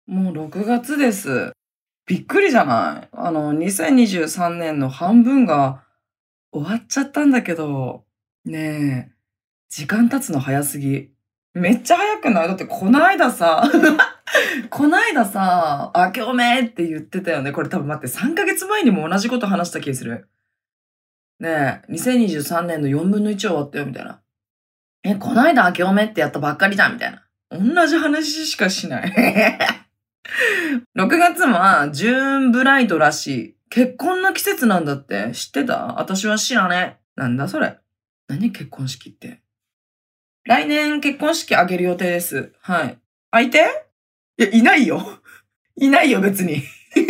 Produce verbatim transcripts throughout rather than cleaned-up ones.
もうろくがつです。びっくりじゃない？あの、にせんにじゅうさんねんの半分が終わっちゃったんだけど、ねえ、時間経つの早すぎ。めっちゃ早くない？だってこないださ、こないださ、明けおめって言ってたよね。これ多分待って、さんかげつまえにも同じこと話した気する。ねえ、にせんにじゅうさんねんのよんぶんのいち終わったよみたいな。え、こないだ明けおめってやったばっかりじゃんみたいな。同じ話しかしない。ろくがつはジューンブライドらしい。結婚の季節なんだって。知ってた？私は知らねえ。なんだそれ。何結婚式って。来年結婚式あげる予定です。はい。相手？いや、いないよ。いないよ、別に。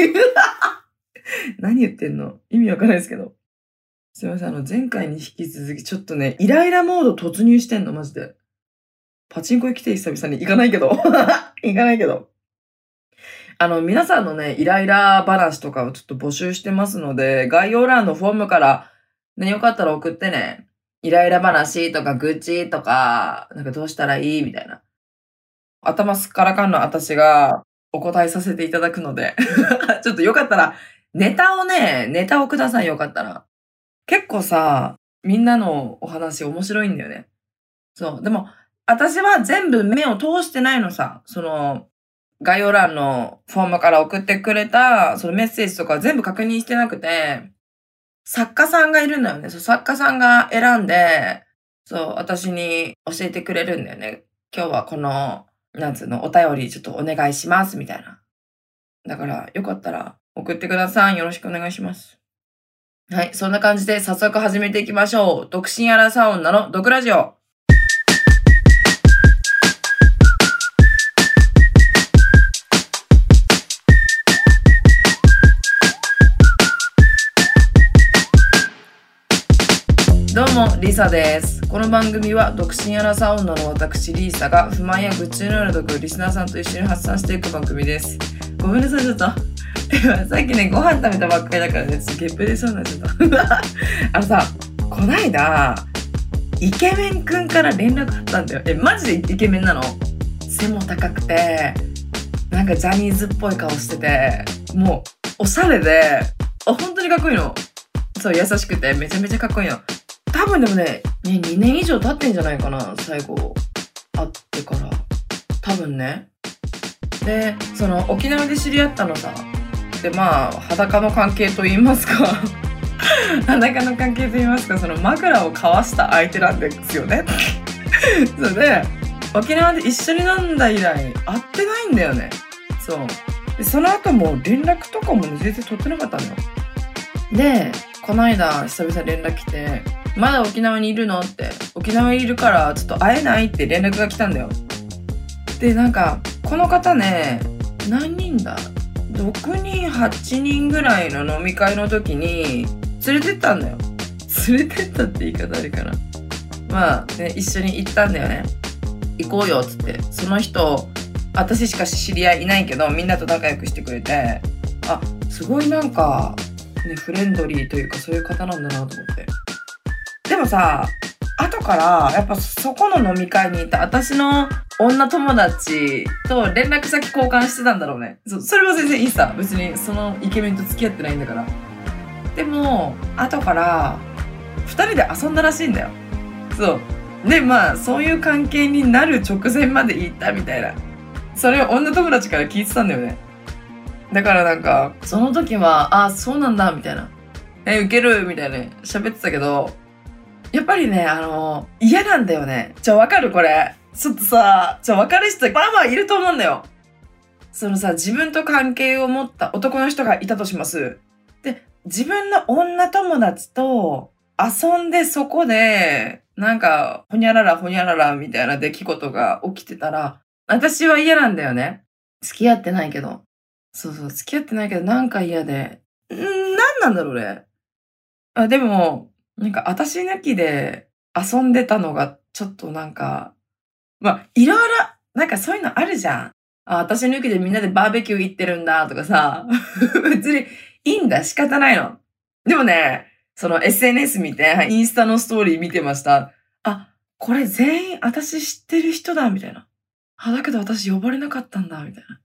何言ってんの？意味わかんないですけど。すいません、あの、前回に引き続き、ちょっとね、イライラモード突入してんの、マジで。パチンコ行きて久々に。行かないけど。行かないけど。あの、皆さんのね、イライラ話とかをちょっと募集してますので、概要欄のフォームから、ね、よかったら送ってね。イライラ話とか愚痴とか、なんかどうしたらいいみたいな。頭すっからかんの私がお答えさせていただくので、ちょっとよかったら、ネタをね、ネタをくださいよかったら。結構さ、みんなのお話面白いんだよね。そう。でも、私は全部目を通してないのさ。その、概要欄のフォームから送ってくれた、そのメッセージとか全部確認してなくて、作家さんがいるんだよね。そう、作家さんが選んで、そう、私に教えてくれるんだよね。今日はこの、なんつうの、お便りちょっとお願いします、みたいな。だから、よかったら送ってください。よろしくお願いします。はい、そんな感じで早速始めていきましょう。独身アラサー女の毒ラジオ。どうも、リサです。この番組は独身アラサー女の私リーサが不満や愚痴のような毒をリスナーさんと一緒に発散していく番組です。ごめんなさい、ちょっと。今さっきね、ご飯食べたばっかりだからね、ちょっとゲップ出そうになっちゃった。あのさ、こないだ、イケメンくんから連絡あったんだよ。え、マジでイケメンなの？背も高くて、なんかジャニーズっぽい顔してて、もう、おしゃれで、あ、本当にかっこいいの。そう、優しくて、めちゃめちゃかっこいいの。多分でもね、ね、にねん以上経ってんじゃないかな、最後、会ってから。多分ね。で、その、沖縄で知り合ったのさ。で、まあ、裸の関係と言いますか。裸の関係と言いますか、その枕を交わした相手なんですよね。それで、沖縄で一緒に飲んだ以来、会ってないんだよね。そう。で、その後も連絡とかも全然取ってなかったのよ。で、この間、久々連絡来て、まだ沖縄にいるのって、沖縄にいるからちょっと会えないって連絡が来たんだよ。で、なんか、この方ね、何人だ ?ろくにん、はちにんぐらいの飲み会の時に、連れてったんだよ。連れてったって言い方あるかな。まあ、ね、一緒に行ったんだよね。行こうよっつって。その人、私しか知り合いいないけど、みんなと仲良くしてくれて、あ、すごいなんか、ね、フレンドリーというかそういう方なんだなと思って。でもさ、後からやっぱそこの飲み会にいた私の女友達と連絡先交換してたんだろうね。そ, それは全然いいさ。別にそのイケメンと付き合ってないんだから。でも、後から二人で遊んだらしいんだよ。そう。で、まあ、そういう関係になる直前まで行ったみたいな。それを女友達から聞いてたんだよね。だからなんか、その時は、あ、そうなんだ、みたいな。え、ウケるみたいな喋ってたけど、やっぱりね、あの、嫌なんだよね。じゃあわかるこれ。ちょっとさ、じゃあわかる人、まあまあいると思うんだよ。そのさ、自分と関係を持った男の人がいたとします。で、自分の女友達と遊んでそこで、なんか、ほにゃららほにゃららみたいな出来事が起きてたら、私は嫌なんだよね。付き合ってないけど。そうそう、付き合ってないけどなんか嫌で。んー、なんなんだろうね。あ、でも、なんか私抜きで遊んでたのがちょっとなんか、まあ、いろいろ、なんかそういうのあるじゃん。あ、私抜きでみんなでバーベキュー行ってるんだとかさ、別にいいんだ、仕方ないの。でもね、その エスエヌエス 見て、インスタのストーリー見てました。あ、これ全員私知ってる人だ、みたいな。あ、だけど私呼ばれなかったんだ、みたいな。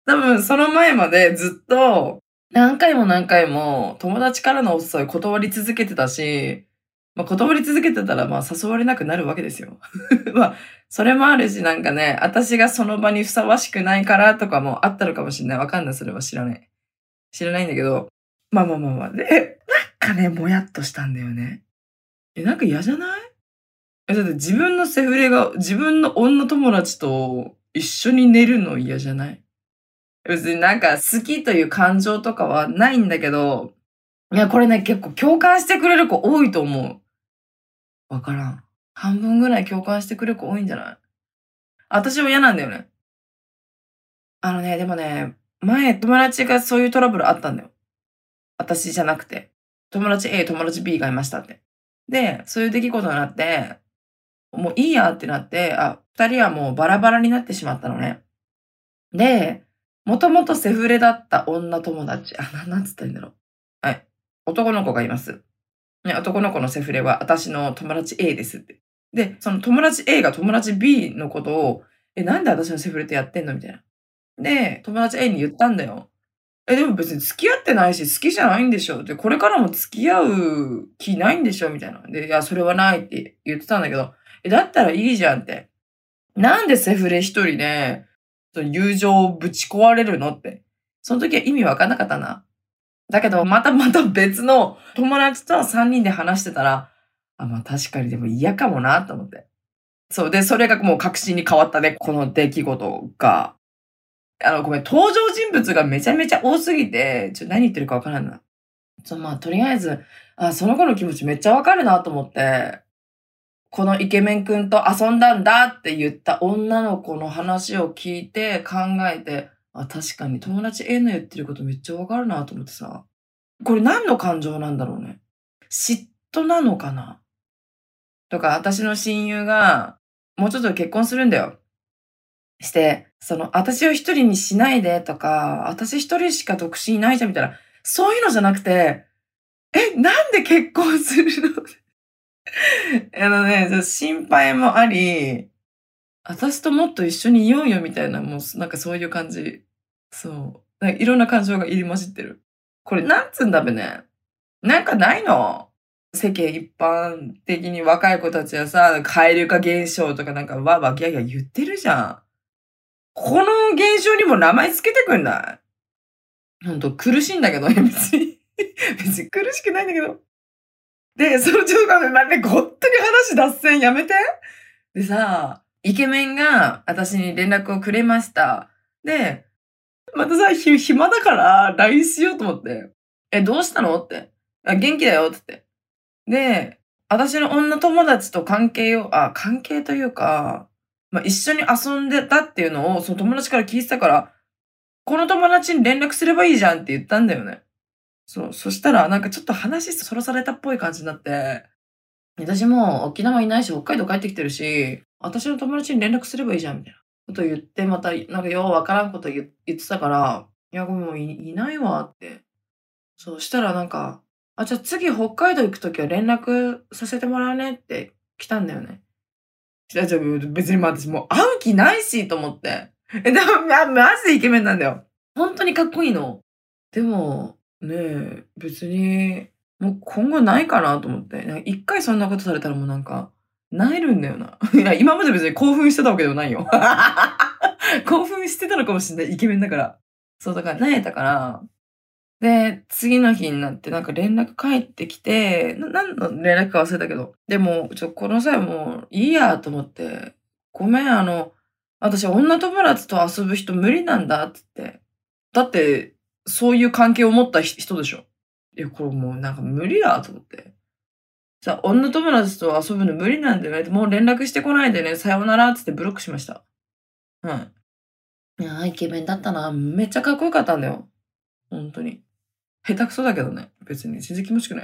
多分その前までずっと、何回も何回も友達からのお誘い断り続けてたし、まあ、断り続けてたら、まあ、誘われなくなるわけですよ。まあ、それもあるし、なんかね、私がその場にふさわしくないからとかもあったのかもしれない。わかんない。それは知らない。知らないんだけど。まあまあまあまあ。で、なんかね、もやっとしたんだよね。え、なんか嫌じゃない？え、だって自分のセフレが、自分の女友達と一緒に寝るの嫌じゃない？別になんか好きという感情とかはないんだけど、いや、これね、結構共感してくれる子多いと思う。わからん。半分ぐらい共感してくれる子多いんじゃない？私は嫌なんだよね。あのね、でもね、前友達がそういうトラブルあったんだよ。私じゃなくて。友達 A、友達 B がいましたって。で、そういう出来事になって、もういいやってなって、あ、二人はもうバラバラになってしまったのね。で、もともとセフレだった女友達、あ、ななんつったらいいんだろう。はい。男の子がいます。ね、男の子のセフレは私の友達 A ですって。で、その友達 A が友達 B のことを、え、なんで私のセフレとやってんのみたいな。で、友達 A に言ったんだよ。え、でも別に付き合ってないし、好きじゃないんでしょ。で、これからも付き合う気ないんでしょみたいな。で、いや、それはないって言ってたんだけど、え、だったらいいじゃんって。なんでセフレ一人で、その友情をぶち壊れるのって。その時は意味わかんなかったな。だけど、またまた別の友達とさんにんで話してたら、あ、まあ確かにでも嫌かもなと思って。そう。で、それがもう確信に変わったね、この出来事が。あの、ごめん、登場人物がめちゃめちゃ多すぎて、ちょ、何言ってるかわからんな。そう、まあ、とりあえず、あ、その子の気持ちめっちゃわかるなと思って、このイケメン君と遊んだんだって言った女の子の話を聞いて考えて、あ、確かに友達 A の言ってることめっちゃわかるなと思ってさ。これ何の感情なんだろうね。嫉妬なのかなとか、私の親友が、もうちょっと結婚するんだよ。して、その、私を一人にしないでとか、私一人しか独身いないじゃんみたいな、そういうのじゃなくて、え、なんで結婚するのあのね、ちょっと心配もあり、私ともっと一緒にいようよみたいな、もうなんかそういう感じ。そう。なんかいろんな感情が入り混じってる。これなんつうんだべね。なんかないの？世間一般的に若い子たちはさ、蛙化現象とかなんかわーわーギャーギャー言ってるじゃん。この現象にも名前つけてくんない？ほんと苦しいんだけど、別に。別に苦しくないんだけど。で、そのちょっと待って、待って、ほんとに話脱線やめて。でさ、イケメンが私に連絡をくれました。で、またさ、ひ暇だから ライン しようと思って。え、どうしたのって。あ、元気だよって言って。で、私の女友達と関係を、あ、関係というか、まあ、一緒に遊んでたっていうのを、その友達から聞いてたから、この友達に連絡すればいいじゃんって言ったんだよね。そう。そしたら、なんかちょっと話そらされたっぽい感じになって、私も沖縄いないし、北海道帰ってきてるし、私の友達に連絡すればいいじゃんみたいなことを言って、また、なんかようわからんこと言言ってたから、いや、ごめん、もういいないわって。そうしたらなんか、あ、じゃあ次北海道行くときは連絡させてもらうねって来たんだよね。じゃあ、じゃあ別にまあ私もう会う気ないしと思って。え、でも、ま、マジでイケメンなんだよ。本当にかっこいいの。でも、ねえ、別に、もう今後ないかなと思って。なんか一回そんなことされたらもうなんか、萎えるんだよな。いや、今まで別に興奮してたわけではないよ。興奮してたのかもしんない。イケメンだから。そう、だから萎えたから、で、次の日になってなんか連絡返ってきて、ななんの連絡か忘れたけど、でも、ちょ、この際もういいやと思って、ごめん、あの、私女友達と遊ぶ人無理なんだっつって。だって、そういう関係を持ったひ人でしょ。いや、これもうなんか無理だと思って。さ、女友達と遊ぶの無理なんだよねって、もう連絡してこないでね、さようならっつってブロックしました。はい。いやー、イケメンだったな。めっちゃかっこよかったんだよ。ほんとに。下手くそだけどね。別に全然気持ちくない。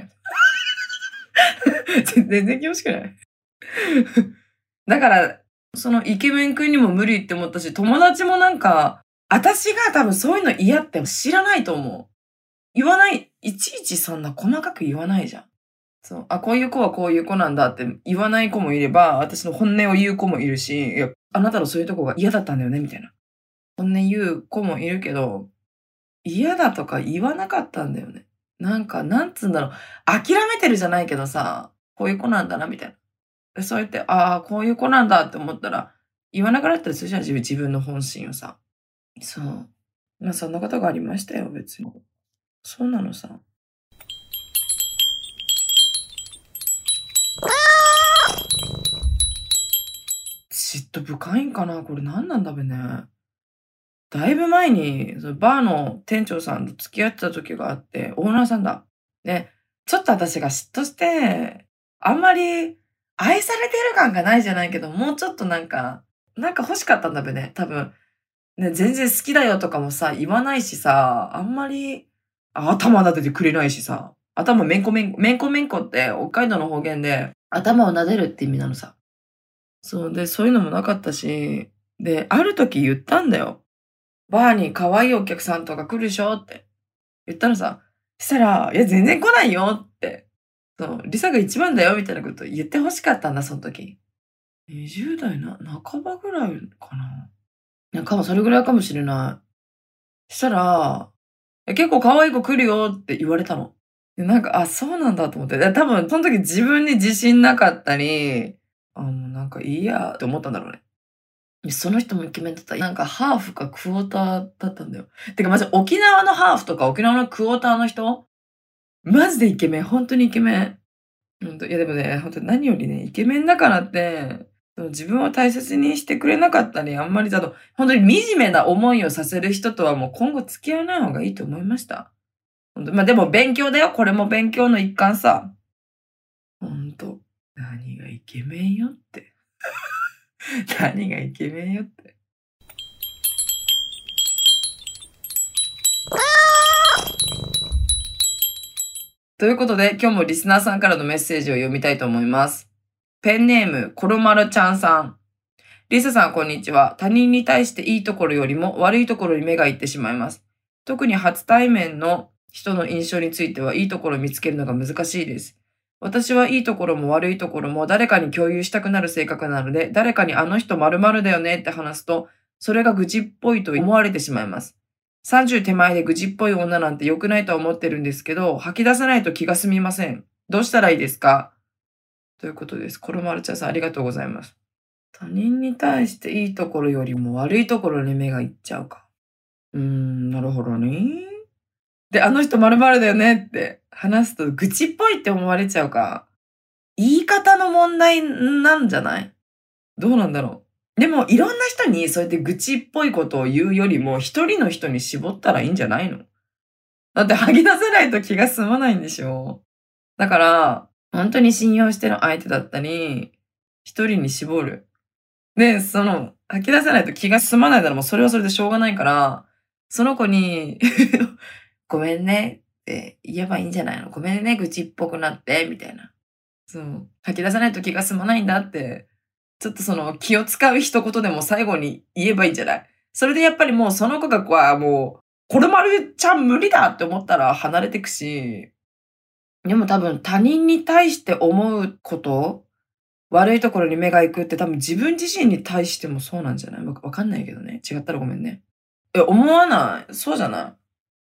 全然気持ちくない。だから、そのイケメン君にも無理って思ったし、友達もなんか、私が多分そういうの嫌って知らないと思う。言わない、いちいちそんな細かく言わないじゃん。そう。あ、こういう子はこういう子なんだって言わない子もいれば、私の本音を言う子もいるし、いや、あなたのそういうとこが嫌だったんだよね、みたいな。 本音言う子もいるけど、嫌だとか言わなかったんだよね。なんか、なんつうんだろう、諦めてるじゃないけどさ、こういう子なんだなみたいな。で、そうやって、ああ、こういう子なんだって思ったら、言わなくなったりするじゃん、自分自分の本心をさ。そう。ま、そんなことがありましたよ、別に。そうなのさ。嫉妬深いんかな、これ何なんだべね。だいぶ前に、そのバーの店長さんと付き合ってた時があって、オーナーさんだ。で、ちょっと私が嫉妬して、あんまり愛されてる感がないじゃないけど、もうちょっとなんか、なんか欲しかったんだべね、多分。ね、全然好きだよとかもさ、言わないしさ、あんまり、あ頭撫でてくれないしさ、頭めんこめんこ、めんこめんこって北海道の方言で、頭を撫でるって意味なのさ。そう、で、そういうのもなかったし、で、ある時言ったんだよ。バーに可愛いお客さんとか来るでしょって言ったらさ、したら、いや、全然来ないよって。そう、リサが一番だよみたいなこと言って欲しかったんだ、その時。にじゅう代な、半ばぐらいかな。いや、かも、それぐらいかもしれない。したら、え結構可愛い子来るよって言われたの。で、なんか、あ、そうなんだと思って。で、多分、その時自分に自信なかったり、あ、もうなんかいいやって思ったんだろうね。でその人もイケメンだった。なんかハーフかクォーターだったんだよ。てか、まず沖縄のハーフとか沖縄のクォーターの人マジでイケメン。本当にイケメン。ほんと、いやでもね、本当に何よりね、イケメンだからって、その自分を大切にしてくれなかったり、あんまりだと、本当に惨めな思いをさせる人とはもう今後付き合わない方がいいと思いました。ほんと、ま、でも勉強だよ。これも勉強の一環さ。ほんと。何がイケメンよって。何がイケメンよって。ということで、今日もリスナーさんからのメッセージを読みたいと思います。ペンネーム、コロマルちゃんさん。リサさん、こんにちは。他人に対していいところよりも悪いところに目がいってしまいます。特に初対面の人の印象についてはいいところを見つけるのが難しいです。私はいいところも悪いところも誰かに共有したくなる性格なので、誰かにあの人〇〇だよねって話すと、それが愚痴っぽいと思われてしまいます。さんじゅう手前で愚痴っぽい女なんて良くないとは思ってるんですけど、吐き出さないと気が済みません。どうしたらいいですかということです。コロマルチャさんありがとうございます。他人に対していいところよりも悪いところに目がいっちゃうか。うーん、なるほどね。で、あの人〇〇だよねって話すと愚痴っぽいって思われちゃうか。言い方の問題なんじゃない？どうなんだろう。でも、いろんな人にそうやって愚痴っぽいことを言うよりも、一人の人に絞ったらいいんじゃないの？だって吐き出せないと気が済まないんでしょ？だから、本当に信用してる相手だったり、一人に絞る。で、その、吐き出せないと気が済まないならもうそれはそれでしょうがないから、その子にごめんねって言えばいいんじゃないの？ごめんね、愚痴っぽくなって、みたいな。そう。吐き出さないと気が済まないんだって、ちょっとその気を使う一言でも最後に言えばいいんじゃない？それでやっぱりもうその子がこう、もう、これまるちゃん無理だって思ったら離れてくし、でも多分他人に対して思うこと、悪いところに目が行くって多分自分自身に対してもそうなんじゃない？わわかんないけどね。違ったらごめんね。え、思わない？そうじゃない？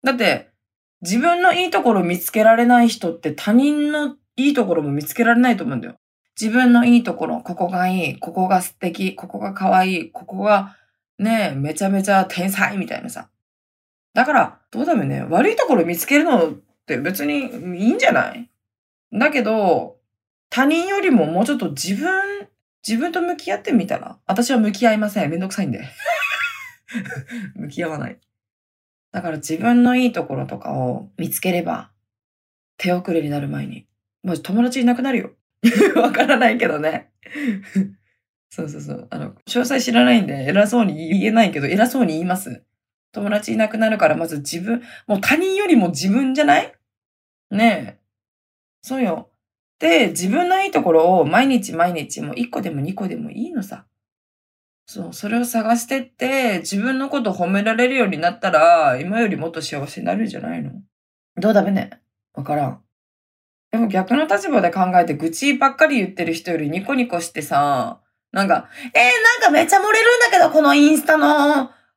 だって、自分のいいところを見つけられない人って他人のいいところも見つけられないと思うんだよ。自分のいいところ、ここがいい、ここが素敵、ここが可愛い、ここがね、めちゃめちゃ天才みたいなさ。だから、どうだろうね。悪いところ見つけるのって別にいいんじゃない？だけど、他人よりももうちょっと自分、自分と向き合ってみたら。私は向き合いません。めんどくさいんで。向き合わない。だから自分のいいところとかを見つければ、手遅れになる前に。まじ友達いなくなるよ。わからないけどね。そうそうそう。あの、詳細知らないんで偉そうに言えないけど、偉そうに言います。友達いなくなるからまず自分、もう他人よりも自分じゃない？ねえ。そうよ。で、自分のいいところを毎日毎日もういっこでもにこでもいいのさ。そう、それを探してって、自分のこと褒められるようになったら、今よりもっと幸せになるんじゃないの？どうだべね？わからん。でも逆の立場で考えて愚痴ばっかり言ってる人よりニコニコしてさ、なんか、えー、なんかめっちゃ漏れるんだけど、このインスタの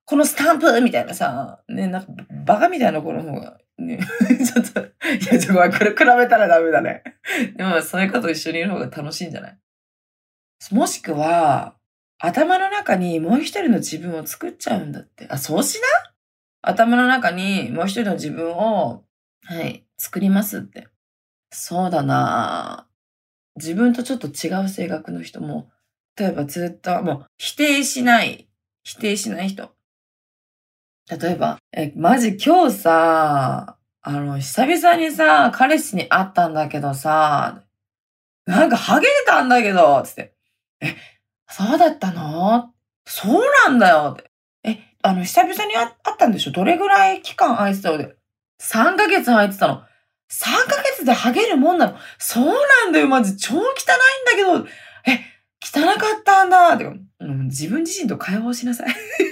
このスタンプみたいなさ、ね、なんかバカみたいな子の方が、ね、ちょっと、いや、ちょっとこれ比べたらダメだね。でも、そういうこと一緒にいる方が楽しいんじゃない？もしくは、頭の中にもう一人の自分を作っちゃうんだって。あ、そうしな？頭の中にもう一人の自分を、はい、作りますって。そうだなぁ。自分とちょっと違う性格の人も、例えばずっともう否定しない、否定しない人。例えば、え、マジ今日さ、あの、久々にさ、彼氏に会ったんだけどさ、なんかハゲてたんだけど、つって。え、そうだったの？そうなんだよって。え、あの、久々に会ったんでしょ？どれぐらい期間空いてたので。さんかげつ空いてたの。さんかげつでハゲるもんなの？そうなんだよ、マジ超汚いんだけど。え、汚かったんだって。うん、自分自身と会話をしなさい。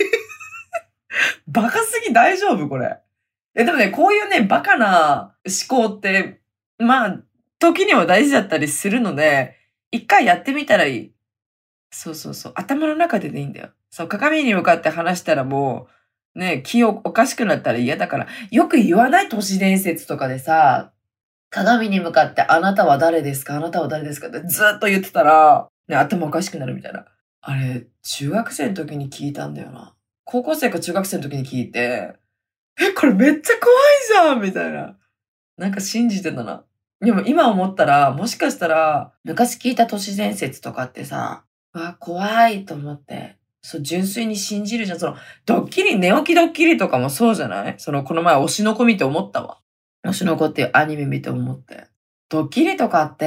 バカすぎ大丈夫これ。え、でもね、こういうね、バカな思考って、まあ、時には大事だったりするので、一回やってみたらいい。そうそうそう。頭の中ででいいんだよ。そう、鏡に向かって話したらもう、ね、気をおかしくなったら嫌だから、よく言わない都市伝説とかでさ、鏡に向かってあなたは誰ですかあなたは誰ですかってずっと言ってたら、ね、頭おかしくなるみたいな。あれ、中学生の時に聞いたんだよな。高校生か中学生の時に聞いて、え、これめっちゃ怖いじゃんみたいな。なんか信じてたな。でも今思ったら、もしかしたら、昔聞いた都市伝説とかってさ、わ、怖いと思って、そう、純粋に信じるじゃん。その、ドッキリ、寝起きドッキリとかもそうじゃない？その、この前推しの子見て思ったわ。推しの子っていうアニメ見て思って。ドッキリとかって、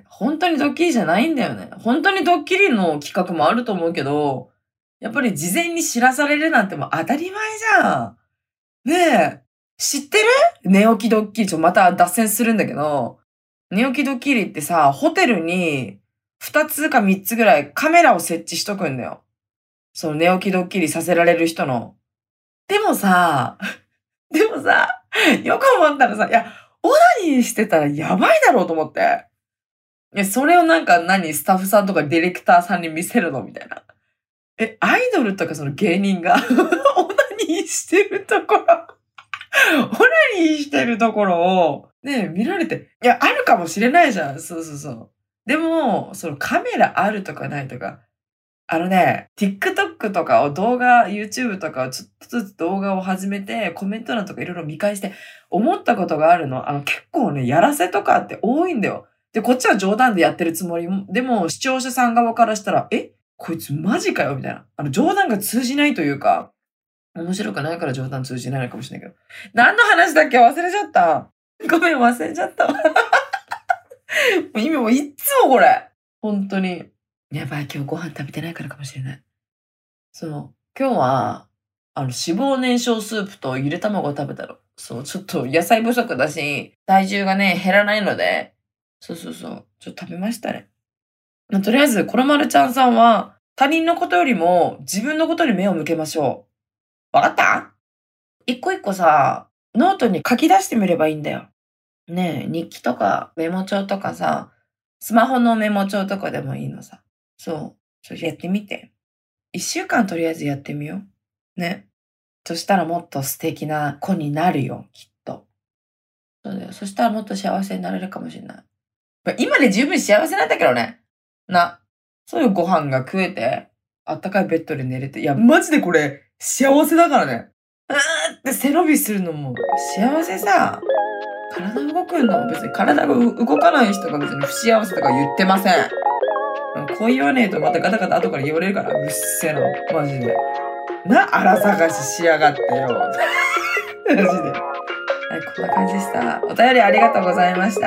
本当にドッキリじゃないんだよね。本当にドッキリの企画もあると思うけど、やっぱり事前に知らされるなんてもう当たり前じゃん。ねえ、知ってる？寝起きドッキリ。ちょ、また脱線するんだけど、寝起きドッキリってさ、ホテルに二つか三つぐらいカメラを設置しとくんだよ。その寝起きドッキリさせられる人の。でもさ、でもさ、よく思ったらさ、いや、オナニーしてたらやばいだろうと思って。いや、それをなんか何、スタッフさんとかディレクターさんに見せるのみたいな。え、アイドルとかその芸人がオナニーしてるところ、オナニーしてるところをね、見られて、いや、あるかもしれないじゃん。そうそうそう。でも、そのカメラあるとかないとか、あのね、TikTok とかを動画、YouTube とかをちょっとずつ動画を始めて、コメント欄とかいろいろ見返して思ったことがあるの。あの、結構ね、やらせとかって多いんだよ。で、こっちは冗談でやってるつもりも、でも視聴者さん側からしたら、え？こいつマジかよみたいな。あの、冗談が通じないというか、面白くないから冗談通じないのかもしれないけど。何の話だっけ？忘れちゃった。ごめん、忘れちゃった。もう今もいっつもこれ。本当に。やばい、今日ご飯食べてないからかもしれない。そう。今日は、あの、脂肪燃焼スープとゆで卵を食べたの。そう、ちょっと野菜不足だし、体重がね、減らないので、そうそうそう、ちょっと食べましたね。まあ、とりあえず、コロマルちゃんさんは、他人のことよりも自分のことに目を向けましょう。わかった？一個一個さ、ノートに書き出してみればいいんだよ。ねえ、日記とかメモ帳とかさ、スマホのメモ帳とかでもいいのさ。そう。それやってみて。一週間とりあえずやってみよう。ね。そしたらもっと素敵な子になるよ、きっと。そうだよ。そしたらもっと幸せになれるかもしれない。今で十分幸せなんだけどね。な。そういうご飯が食えて、あったかいベッドで寝れて。いや、マジでこれ、幸せだからね。うーって背伸びするのも幸せさ。体動くんだもん。別に体が動かない人が別に不幸せとか言ってません。こう言わねえとまたガタガタ後から言われるから、うっせえな。マジで。な、荒探ししやがってよ。マジで。はい、こんな感じでした。お便りありがとうございました。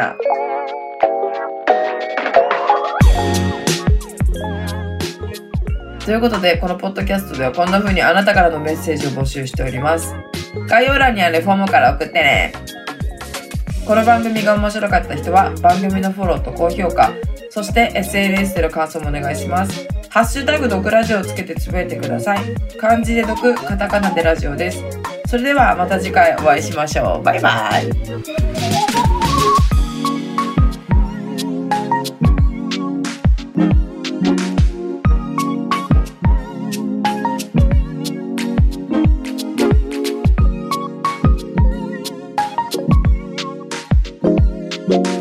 ということで、このポッドキャストではこんな風にあなたからのメッセージを募集しております。概要欄にあるフォームから送ってね。この番組が面白かった人は番組のフォローと高評価、そして エスエヌエス での感想もお願いします。ハッシュタグ毒ラジオをつけてつぶやいてください。漢字で毒、カタカナでラジオです。それではまた次回お会いしましょう。バイバイ。 す。